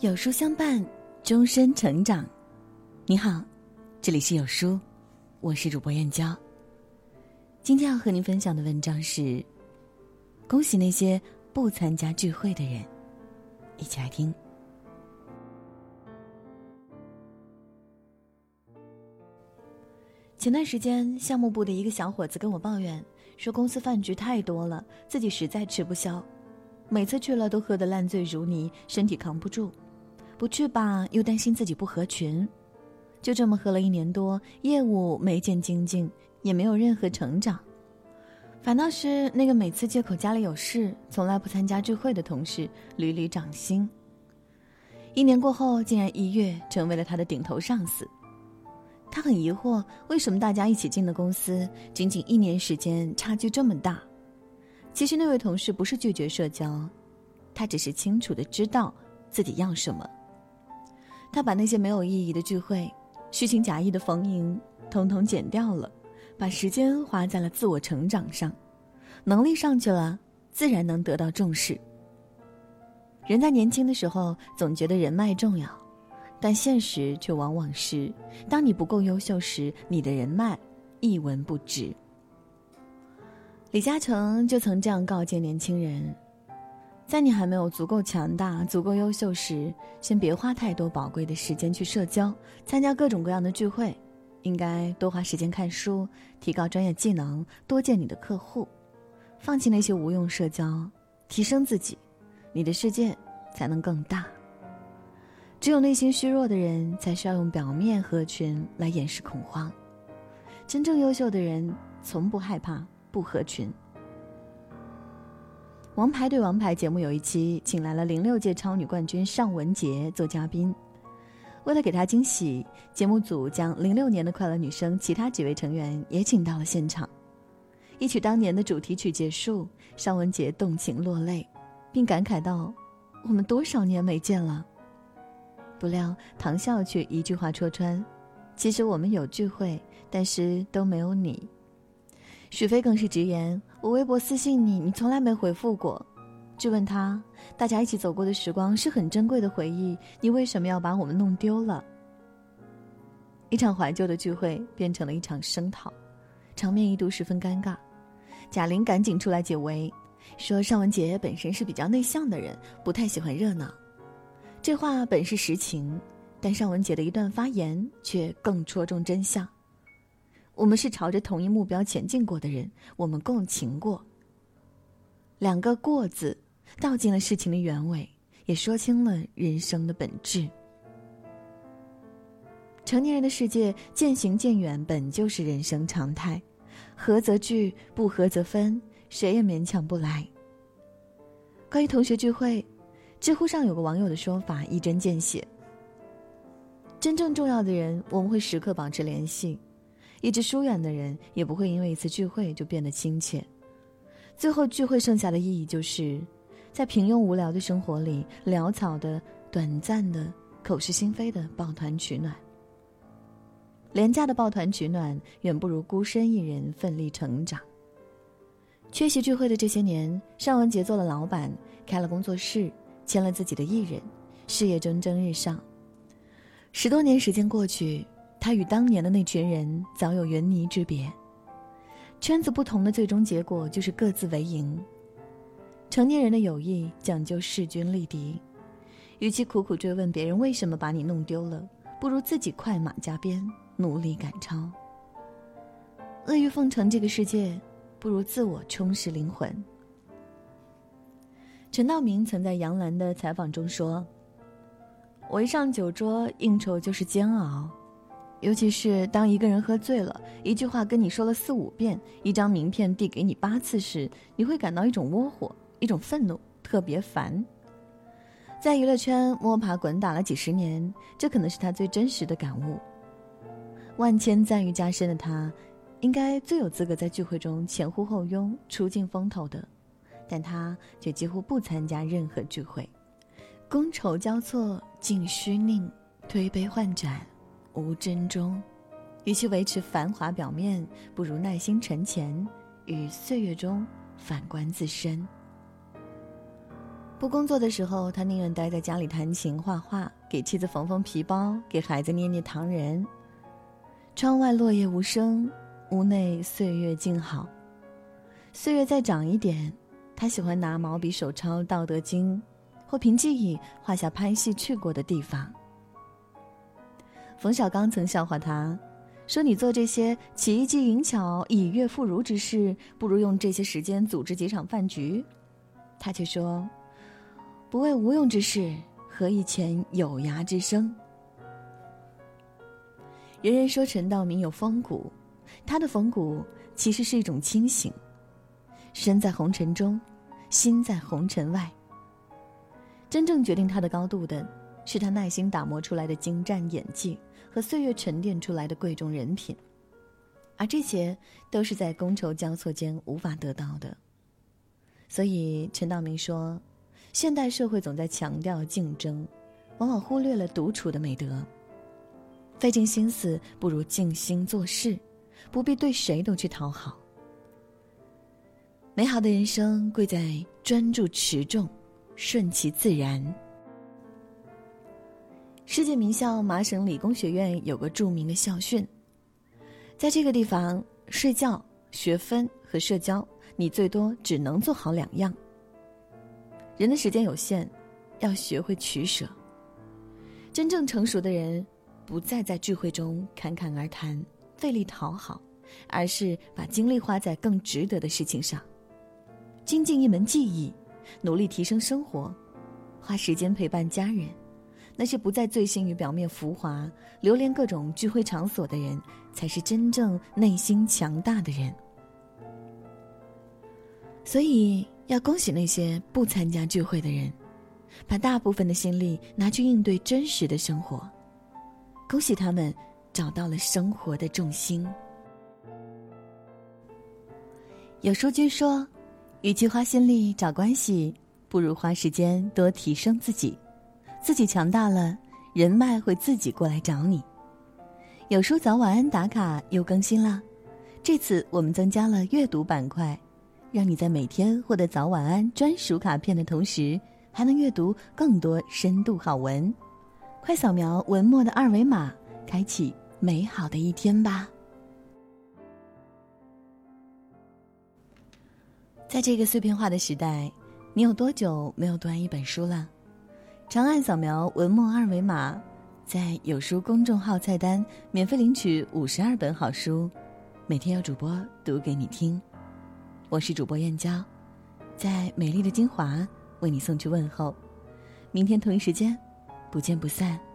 有书相伴，终身成长。你好，这里是有书，我是主播燕娇。今天要和您分享的文章是：恭喜那些不参加聚会的人。一起来听。前段时间，项目部的一个小伙子跟我抱怨，说公司饭局太多了，自己实在吃不消，每次去了都喝得烂醉如泥，身体扛不住，不去吧又担心自己不合群。就这么喝了1年多，业务没见精进，也没有任何成长。反倒是那个每次借口家里有事从来不参加聚会的同事屡屡涨薪。1年过后，竟然1月成为了他的顶头上司。他很疑惑，为什么大家一起进的公司，仅仅1年时间差距这么大？其实那位同事不是拒绝社交，他只是清楚地知道自己要什么。他把那些没有意义的聚会、虚情假意的逢迎统统减掉了，把时间花在了自我成长上。能力上去了，自然能得到重视。人在年轻的时候总觉得人脉重要，但现实却往往是，当你不够优秀时，你的人脉一文不值。李嘉诚就曾这样告诫年轻人，在你还没有足够强大、足够优秀时，先别花太多宝贵的时间去社交，参加各种各样的聚会，应该多花时间看书，提高专业技能，多见你的客户，放弃那些无用社交，提升自己，你的世界才能更大。只有内心虚弱的人才需要用表面合群来掩饰恐慌，真正优秀的人从不害怕不合群。王牌对王牌节目有一期请来了06届超女冠军尚雯婕做嘉宾，为了给她惊喜，节目组将06年的快乐女声其他几位成员也请到了现场。一曲当年的主题曲结束，尚雯婕动情落泪，并感慨道，我们多少年没见了。不料唐笑却一句话戳穿，其实我们有聚会，但是都没有你。许飞更是直言，我微博私信你，你从来没回复过。质问他，大家一起走过的时光是很珍贵的回忆，你为什么要把我们弄丢了？一场怀旧的聚会变成了一场声讨，场面一度十分尴尬。贾玲赶紧出来解围，说尚雯婕本身是比较内向的人，不太喜欢热闹。这话本是实情，但尚雯婕的一段发言却更戳中真相。我们是朝着同一目标前进过的人，我们共情过。2个过字道尽了事情的原委，也说清了人生的本质。成年人的世界，渐行渐远本就是人生常态，合则聚，不合则分，谁也勉强不来。关于同学聚会，知乎上有个网友的说法一针见血，真正重要的人我们会时刻保持联系，一直疏远的人也不会因为一次聚会就变得亲切。最后聚会剩下的意义就是在平庸无聊的生活里，潦草的、短暂的、口是心非的抱团取暖。廉价的抱团取暖远不如孤身一人奋力成长。缺席聚会的这些年，尚雯婕做了老板，开了工作室，签了自己的艺人，事业蒸蒸日上。10多年时间过去，他与当年的那群人早有云泥之别。圈子不同的最终结果就是各自为营。成年人的友谊讲究势均力敌，与其苦苦追问别人为什么把你弄丢了，不如自己快马加鞭，努力赶超。阿谀奉承这个世界，不如自我充实灵魂。陈道明曾在杨澜的采访中说，我一上酒桌，应酬就是煎熬，尤其是当一个人喝醉了，一句话跟你说了4、5遍，一张名片递给你8次时，你会感到一种窝火，一种愤怒，特别烦。在娱乐圈摸爬滚打了几10年，这可能是他最真实的感悟。万千赞誉加身的他，应该最有资格在聚会中前呼后拥，出尽风头的，但他却几乎不参加任何聚会。觥筹交错，尽虚佞，推杯换盏，无真衷。与其维持繁华表面，不如耐心沉潜，于岁月中反观自身。 不工作的时候，他宁愿待在家里弹琴画画，给妻子缝缝皮包，给孩子捏捏糖人。窗外落叶无声，屋内岁月静好。岁月再长一点，他喜欢拿毛笔手抄《道德经》，或凭记忆画下拍戏去过的地方。冯小刚曾笑话他，说你做这些奇技淫巧、以悦妇孺之事，不如用这些时间组织几场饭局。他却说，不为无用之事，何以遣有涯之生。人人说陈道明有风骨，他的风骨其实是一种清醒，身在红尘中，心在红尘外。真正决定他的高度的，是他耐心打磨出来的精湛演技和岁月沉淀出来的贵重人品，而这些都是在觥筹交错间无法得到的。所以陈道明说，现代社会总在强调竞争，往往忽略了独处的美德。费尽心思不如静心做事，不必对谁都去讨好。美好的人生贵在专注持重，顺其自然。世界名校麻省理工学院有个著名的校训，在这个地方，睡觉、学分和社交，你最多只能做好2样。人的时间有限，要学会取舍。真正成熟的人，不再在聚会中侃侃而谈，费力讨好，而是把精力花在更值得的事情上，精进一门技艺，努力提升生活，花时间陪伴家人。那些不再醉心于表面浮华，流连各种聚会场所的人，才是真正内心强大的人。所以要恭喜那些不参加聚会的人，把大部分的心力拿去应对真实的生活。恭喜他们找到了生活的重心。有书君说，与其花心力找关系，不如花时间多提升自己。自己强大了，人脉会自己过来找你。有书早晚安打卡又更新了，这次我们增加了阅读板块，让你在每天获得早晚安专属卡片的同时，还能阅读更多深度好文。快扫描文末的2维码，开启美好的一天吧。在这个碎片化的时代，你有多久没有读完一本书了？长按扫描文末2维码，在有书公众号菜单免费领取52本好书，每天有主播读给你听。我是主播燕娇，在美丽的金华为你送去问候。明天同一时间不见不散。